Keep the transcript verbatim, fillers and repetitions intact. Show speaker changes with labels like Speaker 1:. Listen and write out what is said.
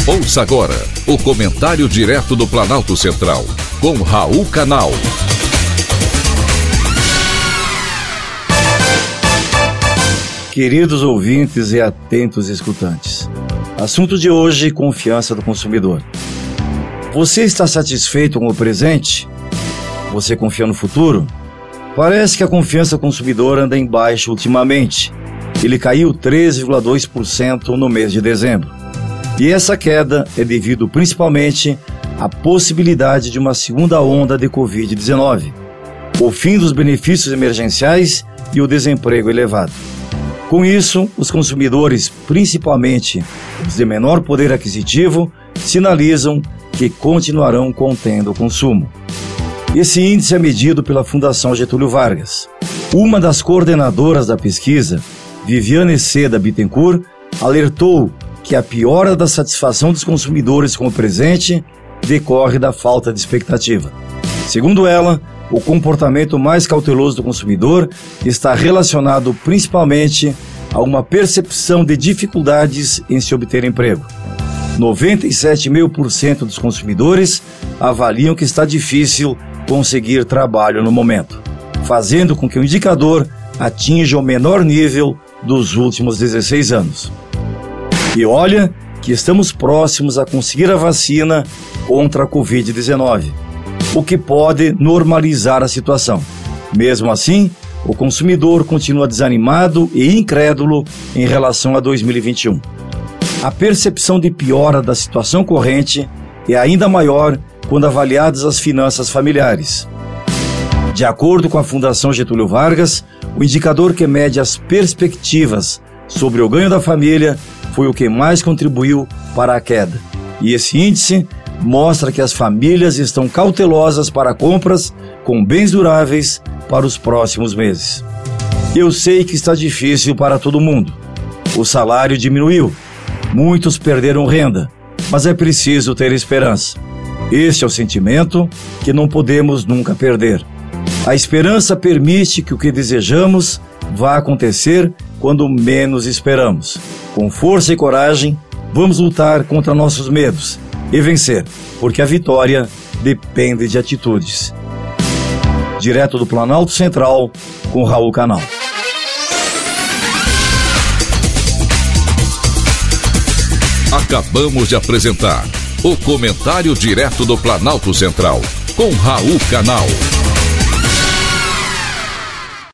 Speaker 1: Ouça agora o comentário direto do Planalto Central, com Raul Canal.
Speaker 2: Queridos ouvintes e atentos escutantes, assunto de hoje: confiança do consumidor. Você está satisfeito com o presente? Você confia no futuro? Parece que a confiança do consumidor anda em baixa ultimamente. Ele caiu treze vírgula dois por cento no mês de dezembro. E essa queda é devido principalmente à possibilidade de uma segunda onda de covid dezenove, o fim dos benefícios emergenciais e o desemprego elevado. Com isso, os consumidores, principalmente os de menor poder aquisitivo, sinalizam que continuarão contendo o consumo. Esse índice é medido pela Fundação Getúlio Vargas. Uma das coordenadoras da pesquisa, Viviane Seda Bittencourt, alertou que a piora da satisfação dos consumidores com o presente decorre da falta de expectativa. Segundo ela, o comportamento mais cauteloso do consumidor está relacionado principalmente a uma percepção de dificuldades em se obter emprego. noventa e sete vírgula cinco por cento dos consumidores avaliam que está difícil conseguir trabalho no momento, fazendo com que o indicador atinja o menor nível dos últimos dezesseis anos. E olha que estamos próximos a conseguir a vacina contra a covid dezenove, o que pode normalizar a situação. Mesmo assim, o consumidor continua desanimado e incrédulo em relação a dois mil e vinte e um. A percepção de piora da situação corrente é ainda maior quando avaliadas as finanças familiares. De acordo com a Fundação Getúlio Vargas, o indicador que mede as perspectivas sobre o ganho da família foi o que mais contribuiu para a queda. E esse índice mostra que as famílias estão cautelosas para compras com bens duráveis para os próximos meses. Eu sei que está difícil para todo mundo. O salário diminuiu, muitos perderam renda, mas é preciso ter esperança. Este é o sentimento que não podemos nunca perder. A esperança permite que o que desejamos vá acontecer quando menos esperamos. Com força e coragem, vamos lutar contra nossos medos e vencer, porque a vitória depende de atitudes. Direto do Planalto Central, com Raul Canal.
Speaker 1: Acabamos de apresentar o comentário direto do Planalto Central, com Raul Canal.